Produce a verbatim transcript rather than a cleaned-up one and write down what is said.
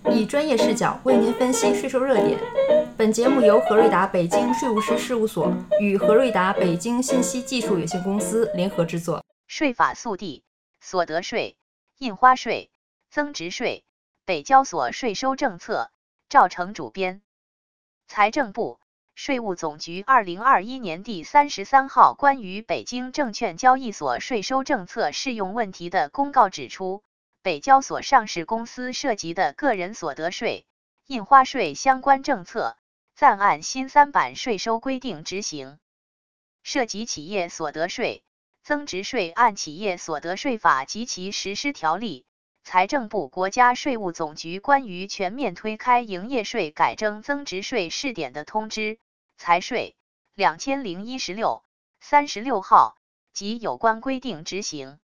以专业视角为您分析税收热点。本节目由何瑞达北京税务师事务所与何瑞达北京信息技术有限公司联合制作。 税法速递、所得税、印花税、增值税、北交所税收政策，赵成主编。财政部、税务总局二零二一年第三十三号关于北京证券交易所税收政策适用问题的公告指出，北交所上市公司涉及的个人所得税、印花税相关政策，暂按新三版税收规定执行。涉及企业所得税、增值税按企业所得税法及其实施条例、财政部国家税务总局关于全面推开营业税改征增值税试点的通知财税两千零一十六三十六号及有关规定执行。